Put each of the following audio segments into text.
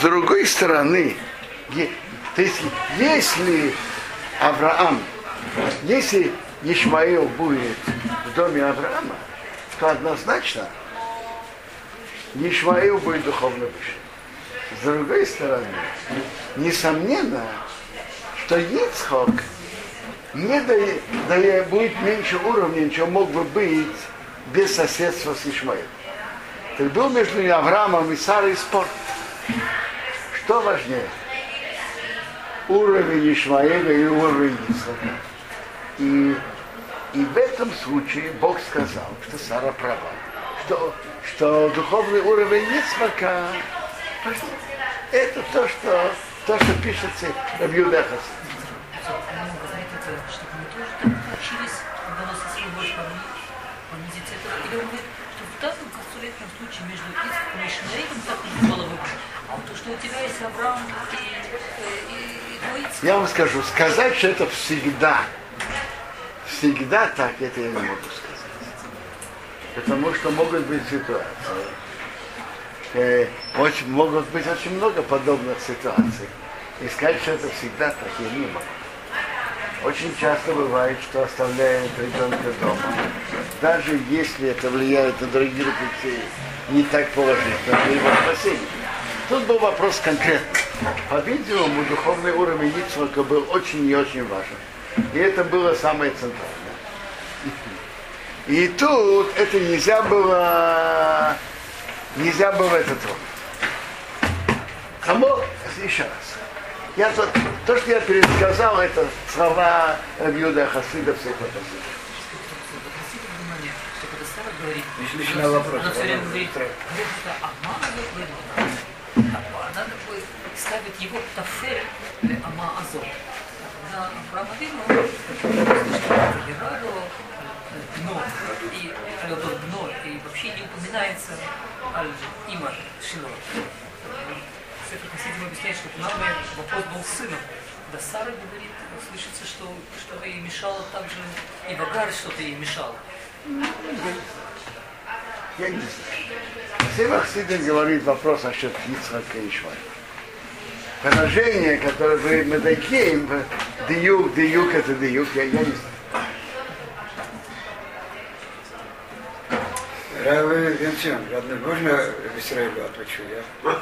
другой стороны, то есть, если Авраам, если Ишмаил будет в доме Авраама, то однозначно Ишмаил будет духовно выше. С другой стороны, несомненно, что Ицхок будет меньше уровня, чем мог бы быть без соседства с Ишмаилом. Так был между Авраамом и Сарой спор. Что важнее? Уровень Ишмаила и уровень Ицхака. И в этом случае Бог сказал, что Сара права, что духовный уровень Ицхака это то, что пишется в Юдахас. Чтобы мы тоже так научились, когда нас освободить понизить это. Или он говорит, что в данном конкретном случае между Ицхаком и Ишмаилом так не было выбора. А вот то, что у тебя есть Авраам и твой Ицхак. Я вам скажу, сказать, что это всегда так, это я не могу сказать. Потому что могут быть ситуации. Могут быть очень много подобных ситуаций. И сказать, что это всегда так, я не могу. Очень часто бывает, что оставляют ребенка дома. Даже если это влияет на других детей, не так положительно для его спасения. Тут был вопрос конкретный. По-видимому, духовный уровень Ицхака был очень и очень важен. И это было самое центральное. И тут это нельзя было это трогать. Само, еще раз. То, что я пересказал, это слова Рабьюда Хасида всех Хасидов. Личный вопрос. Она все время говорит, она ставит его тафель ама азот. Когда Авраам Авину дно и вообще не упоминается имя Шило. Сефер Хасидим объясняет, что нам вопрос был сыном. Да Сара говорит, слышится, что что-то ей мешало также, и Вагар что-то ей мешало. Я не знаю. Сефер Хасидим говорит вопрос насчет Ицхака и Ишмаила. Положение, которое говорит Медайкеем, диюк это диюк, я не знаю. Равы Венцион, можно в Израилю отвечу я?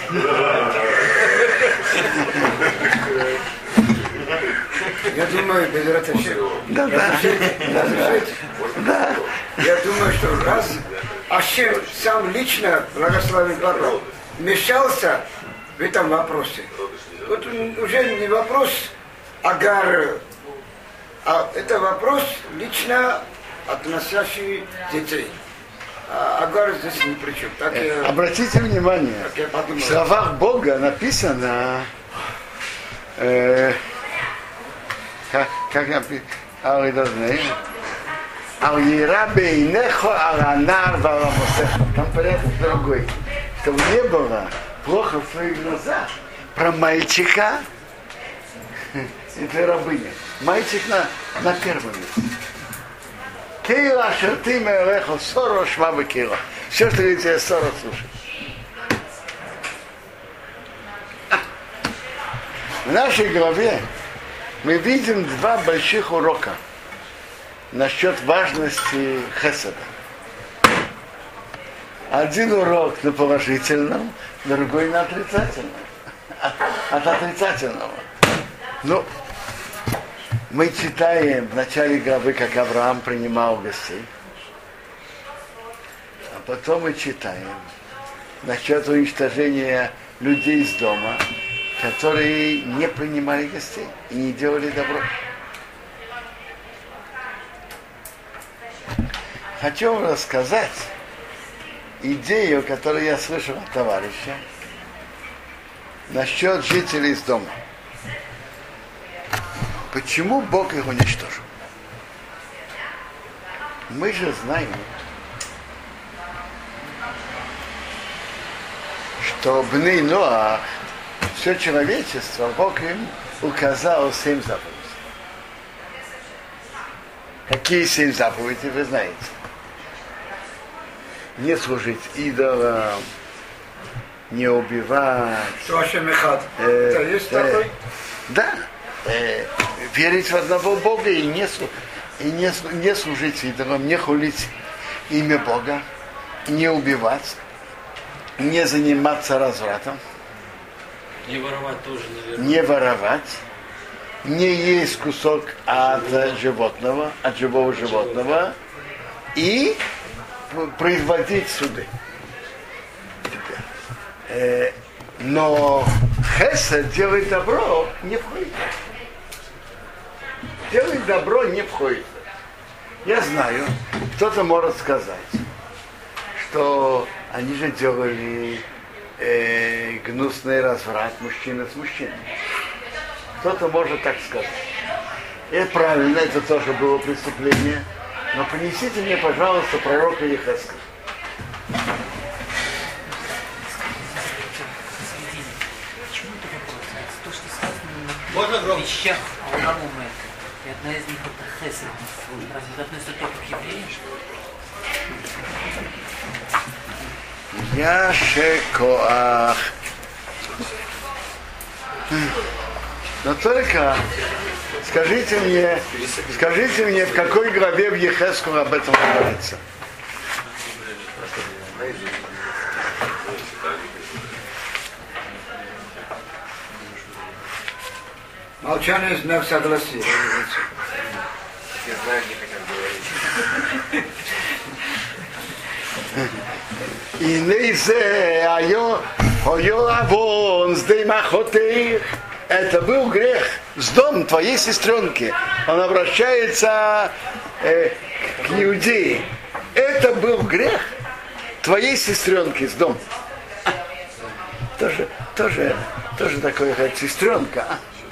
Я думаю, без разрешения. Да. Я думаю, что раз Ашем сам лично, благословен Бога, вмешался в этом вопросе. Вот уже не вопрос Агар, а это вопрос лично относящий детей. Агар здесь ни при чем. Обратите внимание, в словах Бога написано, как написано, там порядок другой, чтобы не было плохо в своих глазах про мальчика и для рабыни. Мальчик на первом месте. Кейла, шерты, мэлэхо, соро, шмабы кейла. Все, что говорите, соро, слушай. В нашей главе мы видим два больших урока насчет важности хеседа. Один урок на положительном, другой на отрицательном. От отрицательного. Ну, мы читаем в начале главы, как Авраам принимал гостей. А потом мы читаем насчет уничтожения людей из дома, которые не принимали гостей и не делали добро. Хочу вам рассказать идею, которую я слышал от товарища насчет жителей из дома. Почему Бог их уничтожил? Мы же знаем, что Бней Ноа, все человечество, Бог им указал 7 заповедей. Какие 7 заповедей, вы знаете? Не служить идолам, не убивать. Это есть такой? Да. Верить в одного Бога и не служить идолам, не хулить имя Бога, не убивать, не заниматься развратом. Не воровать тоже, наверное. Не воровать, не есть кусок от животного, от живого животного и производить суды. Но хесед делать добро не входит. Делать добро не входит. Я знаю, кто-то может сказать, что они же делали гнусный разврат мужчины с мужчиной. Кто-то может так сказать. И это правильно, это тоже было преступление. Но принесите мне, пожалуйста, пророка Ехескеля. Почему это вопрос? То, что сказано Можно на громче? вещах Аллахума, и одна из них это хесед. Разве это относится только к евреям? Я шекоах. Но только скажите мне, в какой главе в Ехескеле об этом говорится? Молчание знак согласия. Я знаю, не хотят говорить. И нейзе айо авон с деймахотеих. Это был грех с дом твоей сестренки. Он обращается к Иудее. Это был грех твоей сестренки с дом. Тоже такое, как сестренка.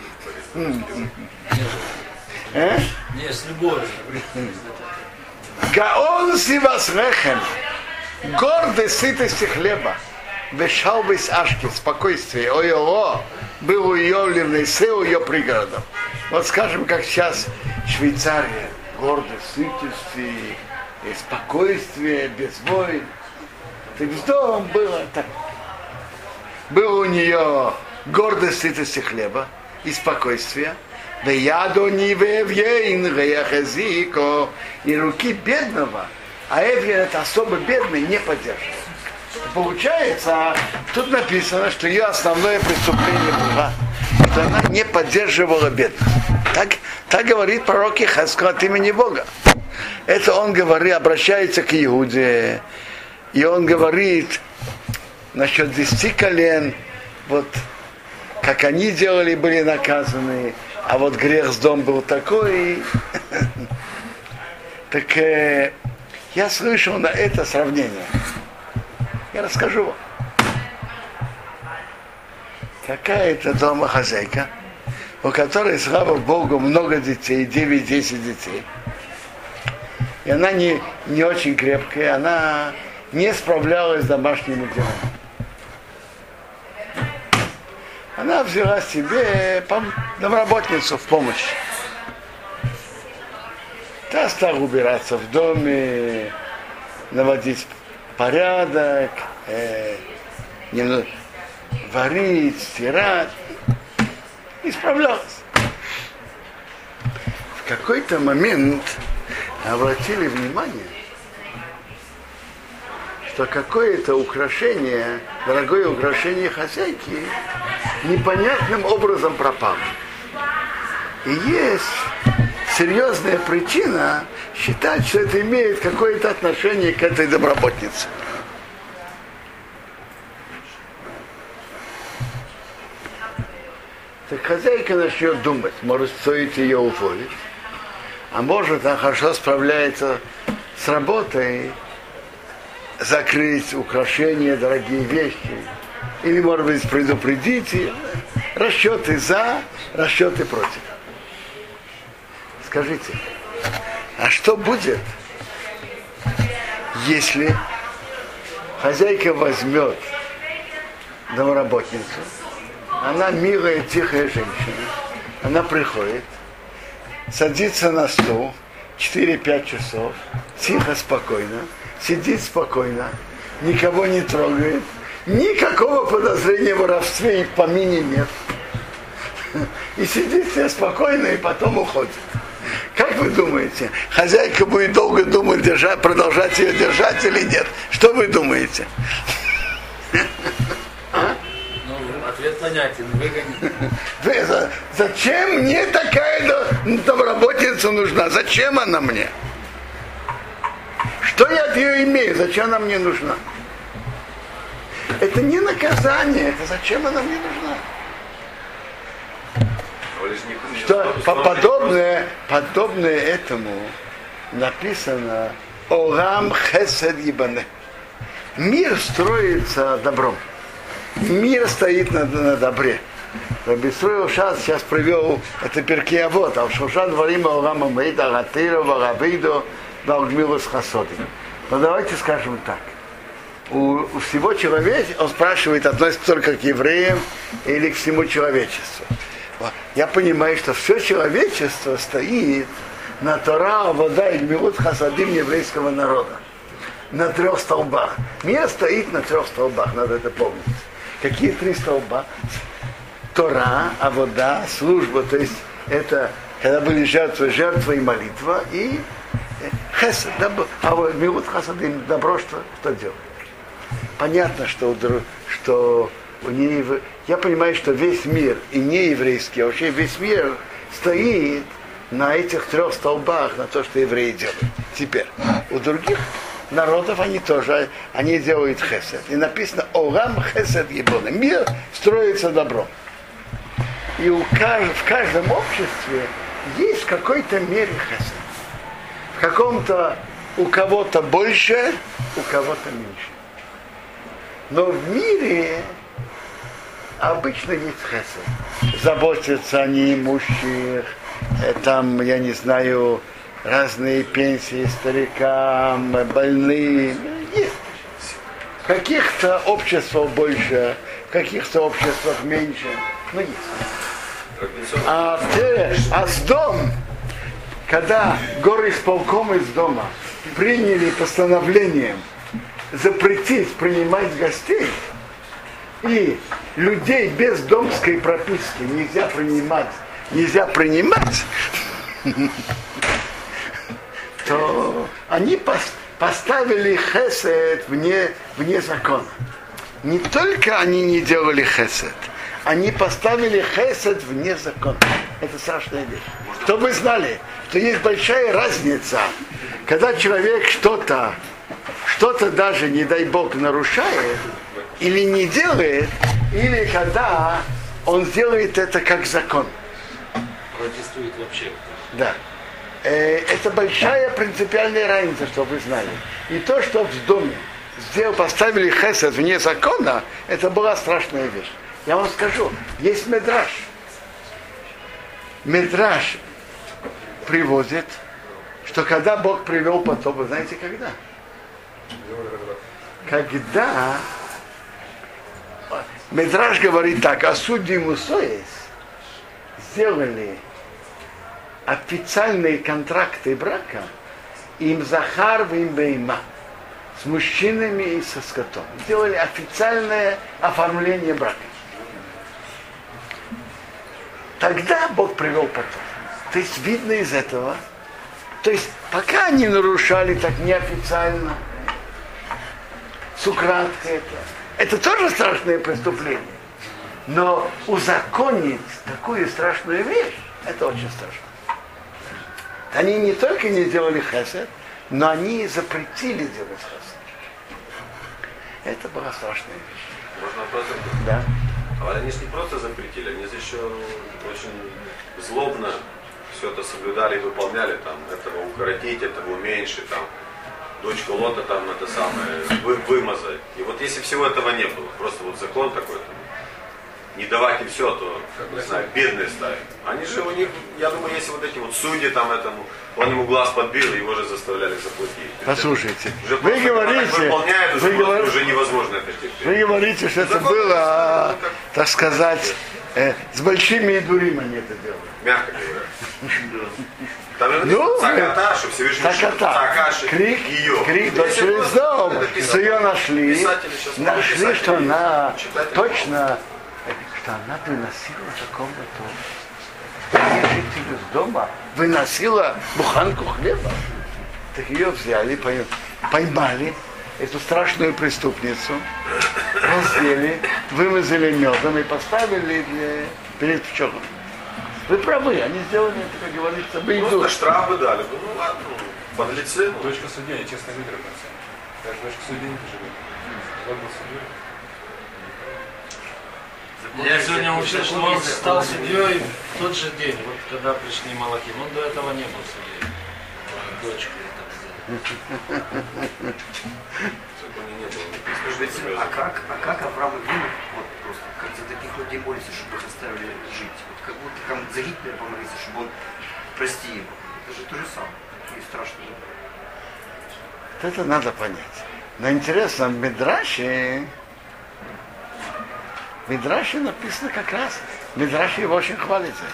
Не, с любовью. Гаон сивасрехем. Гордость сытости хлеба. Вешалбис ашки, спокойствие. Ой-о-о, был уявленный сел ее пригородом. Вот скажем, как сейчас Швейцария. Гордость сытости, и спокойствие, без войн. Так с домом было так. Было у нее гордость сытости хлеба и спокойствие. И руки бедного, а Эвьен это особо бедный, не поддерживает. Получается, тут написано, что ее основное преступление было, что она не поддерживала бедных. Так говорит пророк Ехескель от имени Бога. Это он говорит, обращается к Иуде, и он говорит насчет 10 колен, вот как они делали, были наказаны, а вот грех с дом был такой. Так я слышал на это сравнение. Я расскажу вам. Какая-то домохозяйка, у которой, слава Богу, много детей, 9-10 детей. И она не очень крепкая, она не справлялась с домашними делами. Она взяла себе домработницу в помощь. Та стала убираться в доме, наводить порядок, варить, стирать. И справлялась. В какой-то момент обратили внимание, что какое-то украшение, дорогое украшение хозяйки, непонятным образом пропало. И есть серьезная причина считать, что это имеет какое-то отношение к этой домработнице. Так хозяйка начнет думать, может, стоит ее уволить, а может, она хорошо справляется с работой, закрыть украшения, дорогие вещи, или, может быть, предупредить ее. Расчеты за, расчеты против. Скажите, а что будет, если хозяйка возьмет домработницу, она милая, тихая женщина, она приходит, садится на стул 4-5 часов, тихо, спокойно, сидит спокойно, никого не трогает, Никакого подозрения в воровстве и в помине нет. И сидит себе спокойно, и потом уходит. Как вы думаете, хозяйка будет долго думать, продолжать ее держать или нет? Что вы думаете? Ответ понятен, выгонит. Зачем мне такая домработница нужна? Зачем она мне? Что я от нее имею? Зачем она мне нужна? Это не наказание, это зачем она мне нужна? Что подобное этому написано Орам Хесед Ибане. Мир строится добром. Мир стоит на добре. Рабисруил сейчас привел это Перкей Авот, а в Шушан дворим Орам Амейда, Гатира, Варабейдо, Валгмилус Хасоди. Но давайте скажем так. У всего человечества, он спрашивает, относится только к евреям или к всему человечеству. Я понимаю, что все человечество стоит на Тора, вода и Гмилут Хасадим еврейского народа. На 3 столбах. Мир стоит на 3 столбах, надо это помнить. Какие 3 столба? Тора, вода, служба, то есть это когда были жертва и молитва, и хесед, а вот Гмилут Хасадим, добро, что делает. Понятно, что у нее, я понимаю, что весь мир, и не еврейский, а вообще весь мир стоит на этих 3 столбах, на то, что евреи делают. Теперь, у других народов они тоже, они делают хесед. И написано Орам Хесед Ебона. Мир строится добром. И в каждом обществе есть в какой-то мере хесед. В каком-то у кого-то больше, у кого-то меньше. Но в мире обычно есть хесед. Заботятся о неимущих, там, я не знаю, разные пенсии старикам, больные. Есть. В каких-то обществах больше, в каких-то обществах меньше. Но есть. А с дом, когда горисполком из дома приняли постановление запретить принимать гостей, и людей без домской прописки нельзя принимать, то они поставили хесед вне закона. Не только они не делали хесед, они поставили хесед вне закона. Это страшная вещь. Чтобы вы знали, что есть большая разница, когда человек что-то даже, не дай Бог, нарушает или не делает, или когда он сделает это как закон. Протестует вообще. Да. Это большая принципиальная разница, чтобы вы знали. И то, что в доме поставили хесед вне закона, это была страшная вещь. Я вам скажу, есть медраш. Медраш приводит, что когда Бог привел потоп, вы знаете когда? Когда Медраш говорит так, а судьи Мусоис сделали официальные контракты брака им Захар и им Бейма с мужчинами и со скотом. Сделали официальное оформление брака. Тогда Бог привел потоп. То есть видно из этого, то есть пока они нарушали так неофициально, с украдкой это тоже страшное преступление. Но узаконить такую страшную вещь, это очень страшно. Они не только не делали хесед, но они запретили делать хесед. Это была страшная вещь. Можно вопрос? Да. А они же не просто запретили, они же еще очень злобно все это соблюдали и выполняли, там, этого укоротить, этого уменьшить, там, дочку Лота там это самое, вымазать. И вот если всего этого не было, просто вот закон такой-то, не давать им все, то, не знаю, бедные стали. Они же у них, я думаю, если вот эти вот судьи там этому, он ему глаз подбил, его же заставляли заплатить. Послушайте, уже вы говорите, уже невозможно это терпеть. Вы говорите, что это было, так сказать, с большими идурим они это делали. Мягко говоря. Там написано Цаката, что Всевышний Цакаши, ее. Крик дочери из дома. Что ее нашли, что она точно, что она выносила за комнату. Житель из дома выносила буханку хлеба. Так ее взяли, поймали эту страшную преступницу, раздели, вымазали медом и поставили перед пчелами. Вы правы, они сделали это, как говорится, выйдут. Просто штрафы дали. Ну ладно, подлецы. Дочка судья, честно говоря, как дочка судья не живет. Я сегодня учил, что он стал судьей в тот же день, вот когда пришли Малахим. Он до этого не был судьей. Дочка это взяла. А как Авраам Авину, вот просто, как за таких людей молится, чтобы их оставили жить? Вот как будто там за Гитлера помолиться, чтобы он прости его. Это же то же самое. Такие страшные. Вот это надо понять. Но интересно, в Мидраше написано как раз, Мидраше его очень хвалит за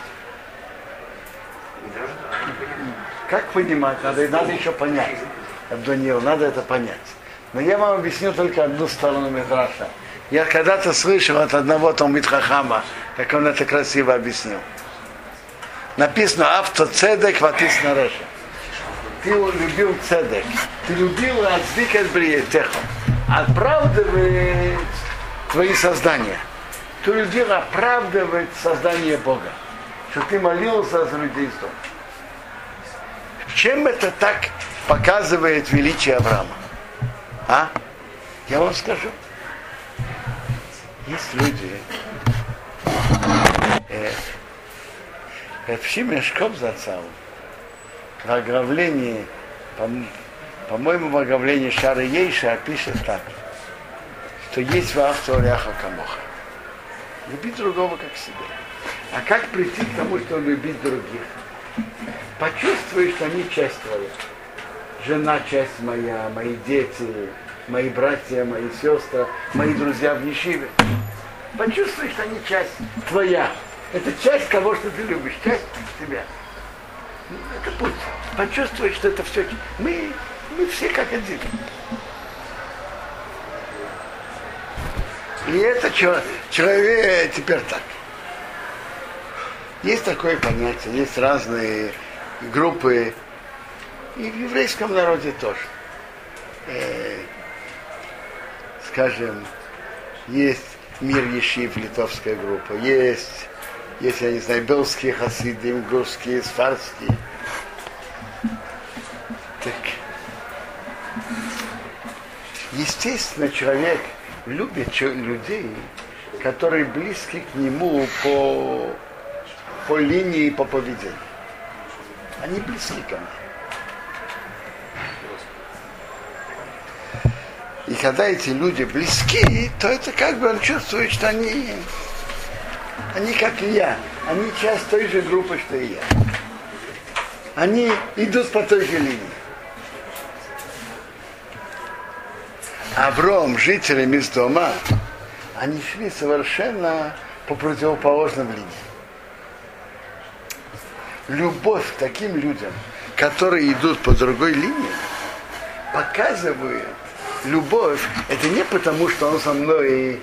это. Как понимать? Надо еще понять. Абдониил, надо это понять. Но я вам объясню только одну сторону Мидраша. Я когда-то слышал от одного Талмид Хахама, как он это красиво объяснил. Написано «Авто цедек ватис нареша». Ты любил цедек. Ты любил ацдикет бриетехо. Оправдывать твои создания. Ты любил оправдывать создание Бога. Что ты молился за людей из дома. Чем это так показывает величие Авраама? А? Я вам скажу. Есть люди, в Шимешков зацал, в оглавлении, по-моему, в оглавлении Шары Ейша пишет так, что есть ваахту ореаха камоха. Любить другого как себя. А как прийти к тому, что любить других? Почувствуешь, что они часть твоя. Жена часть моя, мои дети, мои братья, мои сестры, мои друзья в Ешиве. Почувствуй, что они часть твоя. Это часть того, что ты любишь, часть тебя. Это путь. Почувствуй, что это все. Мы все как один. И это человек теперь так. Есть такое понятие, есть разные группы. И в еврейском народе тоже. Скажем, есть Мир Ешив, литовская группа, есть, я не знаю, белские хасиды, имгурские, сфарские. Так, естественно, человек любит людей, которые близки к нему по линии, по поведению. Они близки ко мне. И когда эти люди близки, то это как бы он чувствует, что они как и я. Они часть той же группы, что и я. Они идут по той же линии. Авром, жителям из дома, они шли совершенно по противоположным линиям. Любовь к таким людям, которые идут по другой линии, показывает, любовь, это не потому, что он со мной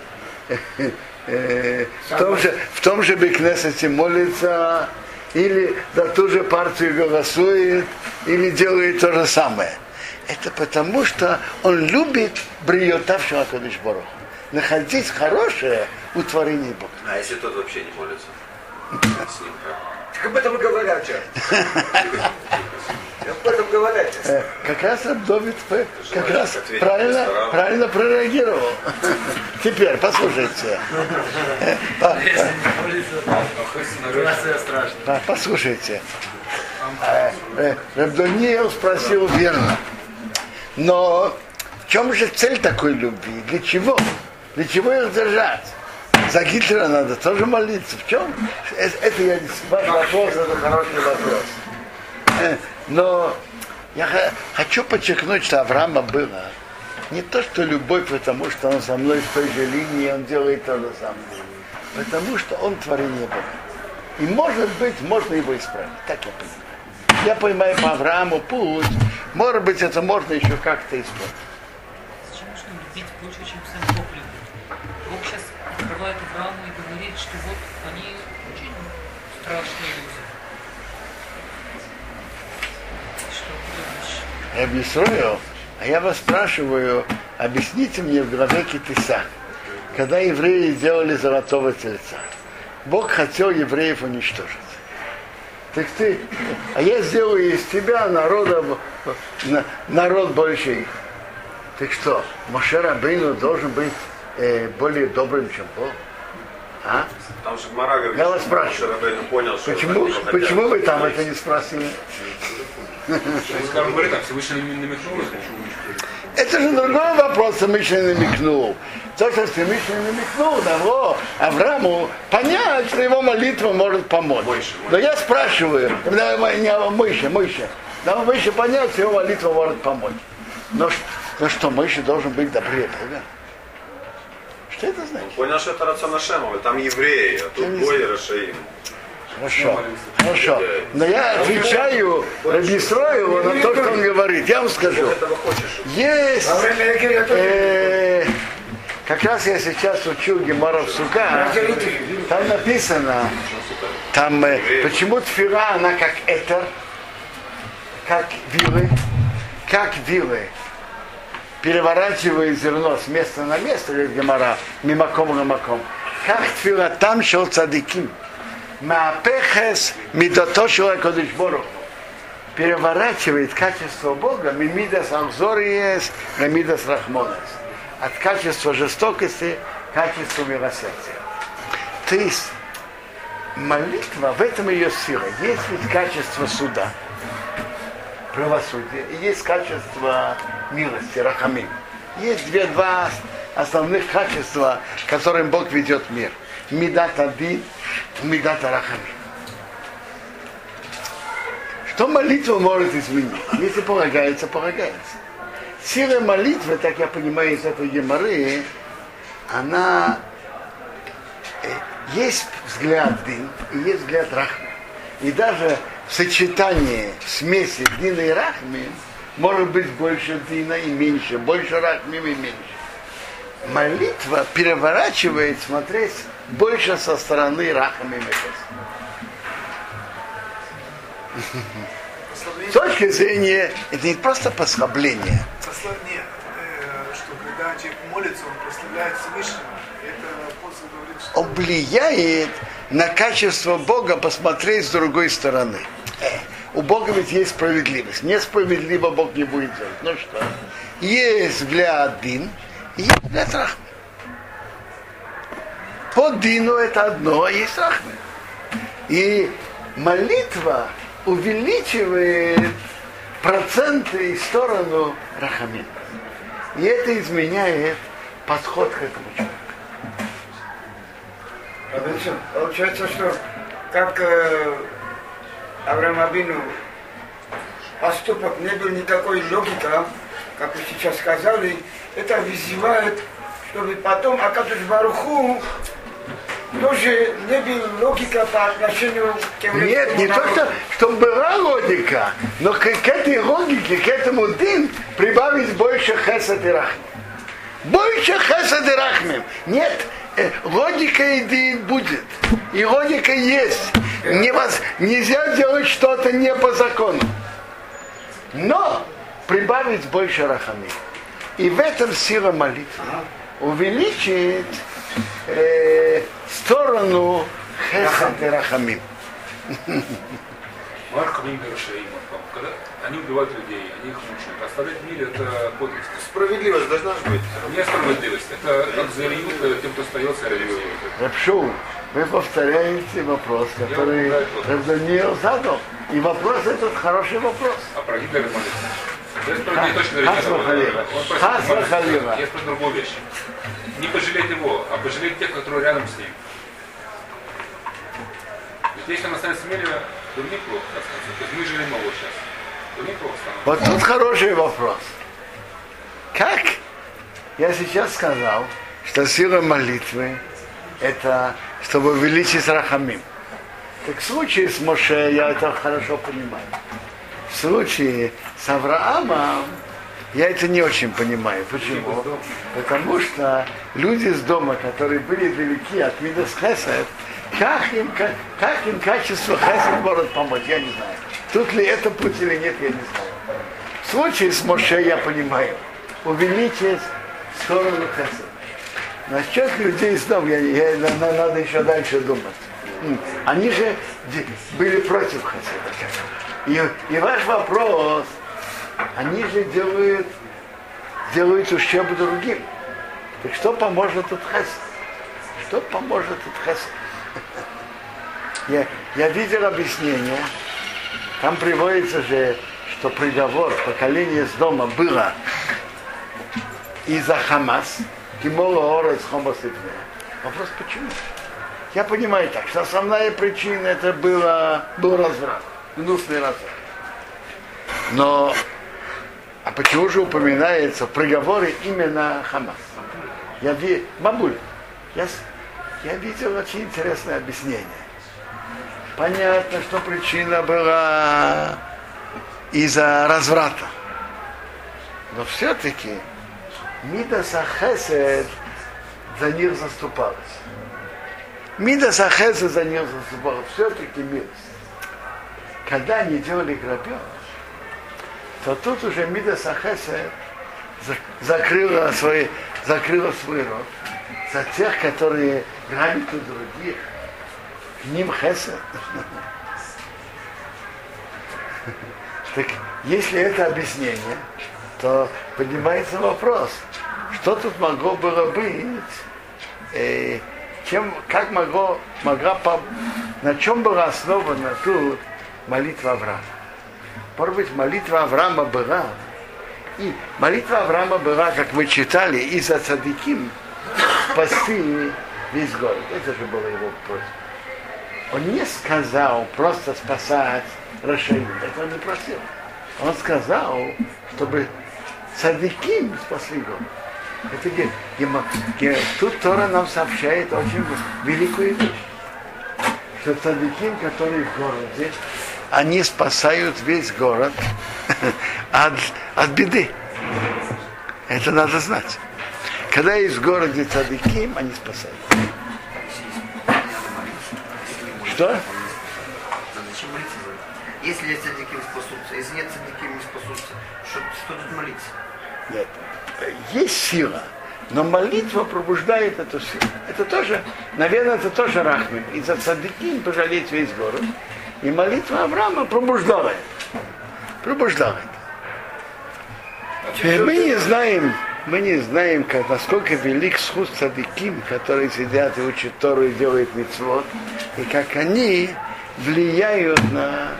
в том же Бекнесете молится, или за ту же партию голосует, или делает то же самое. Это потому, что он любит бриотавшего Акадош Барух Ху. Находить хорошее у творения Бога. А если тот вообще не молится? С ним как? Об этом говорят сейчас. Об этом говорят. Как раз Давид как раз правильно прореагировал. Теперь послушайте. Послушайте. Рав Даниил спросил верно. Но в чем же цель такой любви? Для чего? Для чего их держать? За Гитлера надо тоже молиться. В чем? Это я ваш вопрос, это хороший вопрос. Но я хочу подчеркнуть, что Авраама было не то, что любовь, потому что он со мной в той же линии, он делает то же самое. Потому что он творение Бога. И может быть, можно его исправить. Так я понимаю. я понимаю по Аврааму путь, может быть, это можно еще как-то исполнить. Зачем нужно любить больше, чем сам Бог любит? Бог сейчас открывает Аврааму и говорит, что вот они очень страшные люди. Что ты думаешь? Я объясню, а я вас спрашиваю, объясните мне в главе Китиса, когда евреи сделали золотого тельца, Бог хотел евреев уничтожить. Так ты, а я сделаю из тебя народ больше их. Так что, Моше Рабейну должен быть более добрым, чем Бог? А? Там же Гмара говорит, Я вас что Моше спрашиваю, Рабейну понял, что почему вы там это не спросили? Скажем, говорит, там Всевышний намекнул. Это же другой вопрос, Всевышний намекнул. То, что Всевышний намекнул, дало Аврааму понять, что его молитва может помочь. Но я спрашиваю, Мойше, дал Мойше понять, что его молитва может помочь. Но что, Мойше должен быть добрее Бога? Что это значит? Понял, что это рацион Ашема, там евреи, а тут Гой и Рашаим. Хорошо. Но я отвечаю Рабисроеву на то, что он говорит. Я вам скажу. Есть... Как раз я сейчас учу Гемара в Сука, там написано, почему тфила, она как этер, как вилы, переворачивает зерно с места на место, говорит Гемара, мимаком на маком. Как тфила там шел цадиким. Маапехес мидотошила кодыш борух. Переворачивает качество Бога, мимидас ахзориес, мимидас рахмонес. От качества жестокости к качеству милосердия. То есть молитва, в этом ее сила. Есть ведь качество суда, правосудия, и есть качество милости, рахамим. Есть два основных качества, которым Бог ведет мир. Мидат адин, мидат рахамим. Что молитва может изменить? Если полагается, полагается. Сила молитвы, так я понимаю из этой геморы, она есть взгляд дин и есть взгляд рахми. И даже в сочетании смеси дина и рахми может быть больше дина и меньше, больше рахми и меньше. Молитва переворачивает смотреть больше со стороны рахми и мехес. С точки зрения, это не просто послабление. Послание, что когда человек молится, он прославляет Всевышнего. Это апостол говорит, что... Он влияет на качество Бога посмотреть с другой стороны. У Бога ведь есть справедливость. Несправедливо Бог не будет делать. Ну что? Есть взгляд дин, и есть взгляд рахми. По дину это одно, а есть рахми. И молитва увеличивает проценты и сторону рахамин. И это изменяет подход к этому человеку. Получается, что как Авраам Авину поступок не был никакой логики, как вы сейчас сказали, это вызывает, чтобы потом Акадуш Баруху тоже не было логика по отношению к еврейскому Нет, не народу. то, что была логика, но к этой логике, к этому дин прибавить больше хесед и рахмим. Больше хесед и рахмим. Нет, логика и дин будет. И логика есть. Нельзя делать что-то не по закону. Но прибавить больше рахамим. И в этом сила молитвы. Увеличить сторону хесед и рахамим. Рахамим и Рашаим. Когда они убивают людей, они их мучают. Оставлять в мире это подлость. Справедливость должна же быть. Несправедливость. Это как зариют тем, кто остается рядом. Рабшоу, вы повторяете вопрос, который Равданиил задал. И вопрос этот хороший вопрос. А про Гитлера молится. Я спросил другую вещь. Не пожалеть его, а пожалеть тех, которые рядом с ним. Ведь если он останется в мире, то неплохо. То есть мы жалеем его сейчас. То неплохо становится. Вот тут хороший вопрос. Как я сейчас сказал, что сила молитвы это чтобы увеличить рахамим. Так в случае с Моше я это хорошо понимаю. в случае с Авраамом я это не очень понимаю. Почему? Потому что люди с дома, которые были далеки от Мидас Хесед, как им качество Хесед может помочь, я не знаю. Тут ли это путь или нет, я не знаю. В случае с Моше я понимаю. Увеличить сторону Хесед. Насчет людей с дома, надо еще дальше думать. Они же были против Хеседа. И ваш вопрос, они же делают ущерб другим. Так что поможет тут Хесед? Что поможет тут Хесед? Я видел объяснение. Там приводится же, что приговор поколения с дома было из-за Хамас. Вопрос почему? Я понимаю так, что основная причина это был разврат, гнусный разврат. Но а почему же упоминается в приговоре именно Хамас? Бабуль, я видел очень интересное объяснение. Понятно, что причина была из-за разврата. Но все-таки Мидас ха-Хесед за них заступалась. Мидас ха-Хесед за них заступалась. Все-таки милость. Когда они делали грабеж, то тут уже Мидас ха-Хесед закрыла свой рот. За тех, которые грабят у других, к ним Хесед. Так если это объяснение, то поднимается вопрос, что тут могло было быть, на чем была основана тут молитва Авраама. Может быть, молитва Авраама была, и молитва Авраама была, как мы читали, из-за цадиким спасти весь город. Это же было его просьба. Он не сказал просто спасать Рашаим, это он не просил. Он сказал, чтобы цадиким спасли город. Тут Тора нам сообщает очень великую вещь, что цадиким, которые в городе, они спасают весь город от беды. Это надо знать. Когда есть в городе цадиким, они спасают. Что? Зачем молиться? Если цадиким спасутся, если нет цадиким не спасутся, что тут молиться? Нет. Есть сила, но молитва пробуждает эту силу. Это тоже, наверное, это тоже рахмим. Из-за цадиким пожалеть весь город. И молитва Авраама пробуждает. Мы не знаем, насколько велик схуд цадиким, которые сидят и учат Тору и делают мицвот, и как они влияют на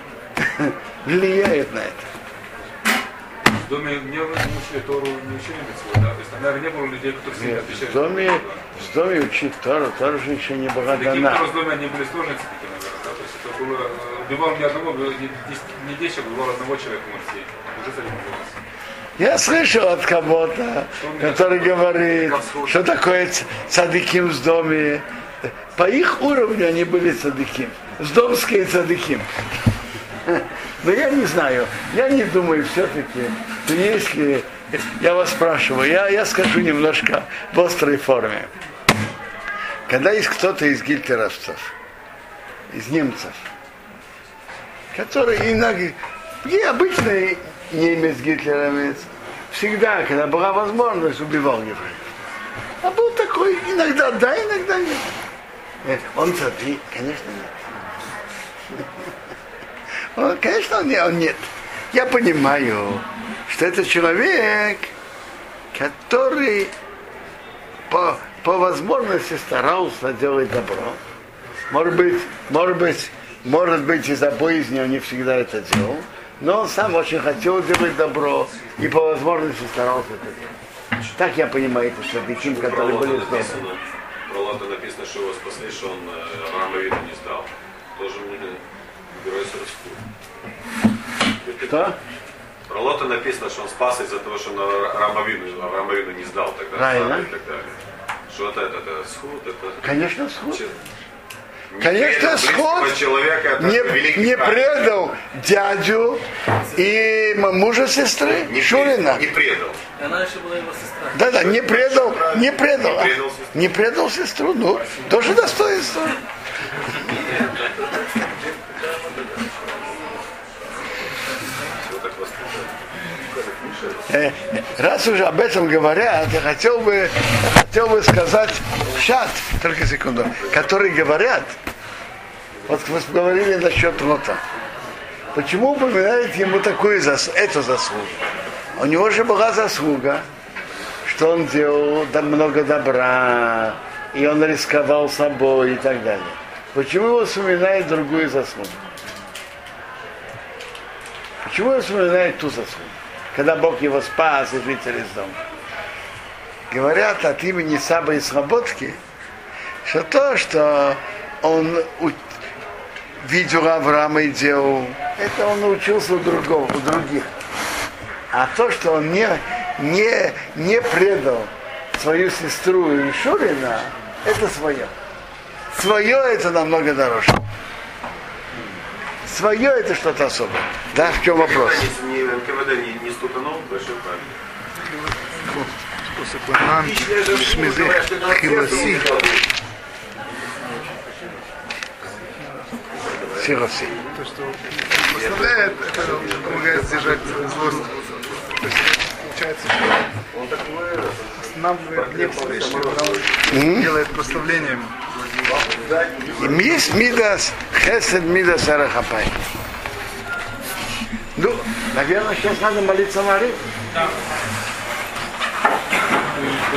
это. В доме не учили Тору, не учили мицвот, да? То есть, наверное, не было людей, которые сильно отвечали. В доме учить Тору, Тора же еще не была дана. Такие, в доме они были сложные цадики, наверное, да? То есть это было, убивал ни одного, не 10, убивал одного человека, может, уже цадик убивался. Я слышал от кого-то, который говорит, что такое цадиким в доме. По их уровню они были цадиким. Сдомские цадиким. Но я не знаю, я не думаю все-таки, что если, я вас спрашиваю, я скажу немножко в острой форме. Когда есть кто-то из гитлеровцев, из немцев, который иногда, и обычный немец, гитлеровец, всегда, когда была возможность, убивал евреев. А был такой, иногда да, иногда нет. Он цадик, конечно, нет. Конечно, он нет. Я понимаю, что это человек, который по возможности старался делать добро. Может быть, из-за боязни он не всегда это делал, но он сам очень хотел делать добро и по возможности старался это делать. Так я понимаю, это цадиким, которые были в доме. Про Лота написано, что его спасли, что он Авраама виду не сдал. Тоже мне герой Сарскую. Что? Про Лота написано, что он спас из-за того, что он Авраама виду не сдал тогда. Правильно. И так далее. Что это схуд? Это... Конечно, схуд. Конечно, сход человека, это великий не праведник. предал дядю и мужа сестры, Шурина. Не предал. Она еще была его сестра. Да, не предал. Не предал сестру, ну, тоже достоинство. Раз уже об этом говорят, я хотел бы сказать пшат, только секунду, которые говорят, вот мы говорили насчет Лота. Почему упоминает ему эту заслугу? У него же была заслуга, что он делал много добра, и он рисковал собой и так далее. Почему его вспоминает другую заслугу? Почему он вспоминает ту заслугу? Когда Бог его спас и вытер из дома. Говорят от имени Саба и Слободки, что то, что он видел Авраама и делал, это он научился у других. А то, что он не предал свою сестру и Шурина, это свое. Свое это намного дороже. Свое это что-то особое. Да, в чем вопрос? НКВД не стуканул большой Сироси. То, что поставляет, это помогает сдержать злость. То есть, получается, останавливает гнев, что делает прославлением. Есть мидас, хесед мидас арахапай. Ну, наверное, сейчас надо молиться Мари. Да.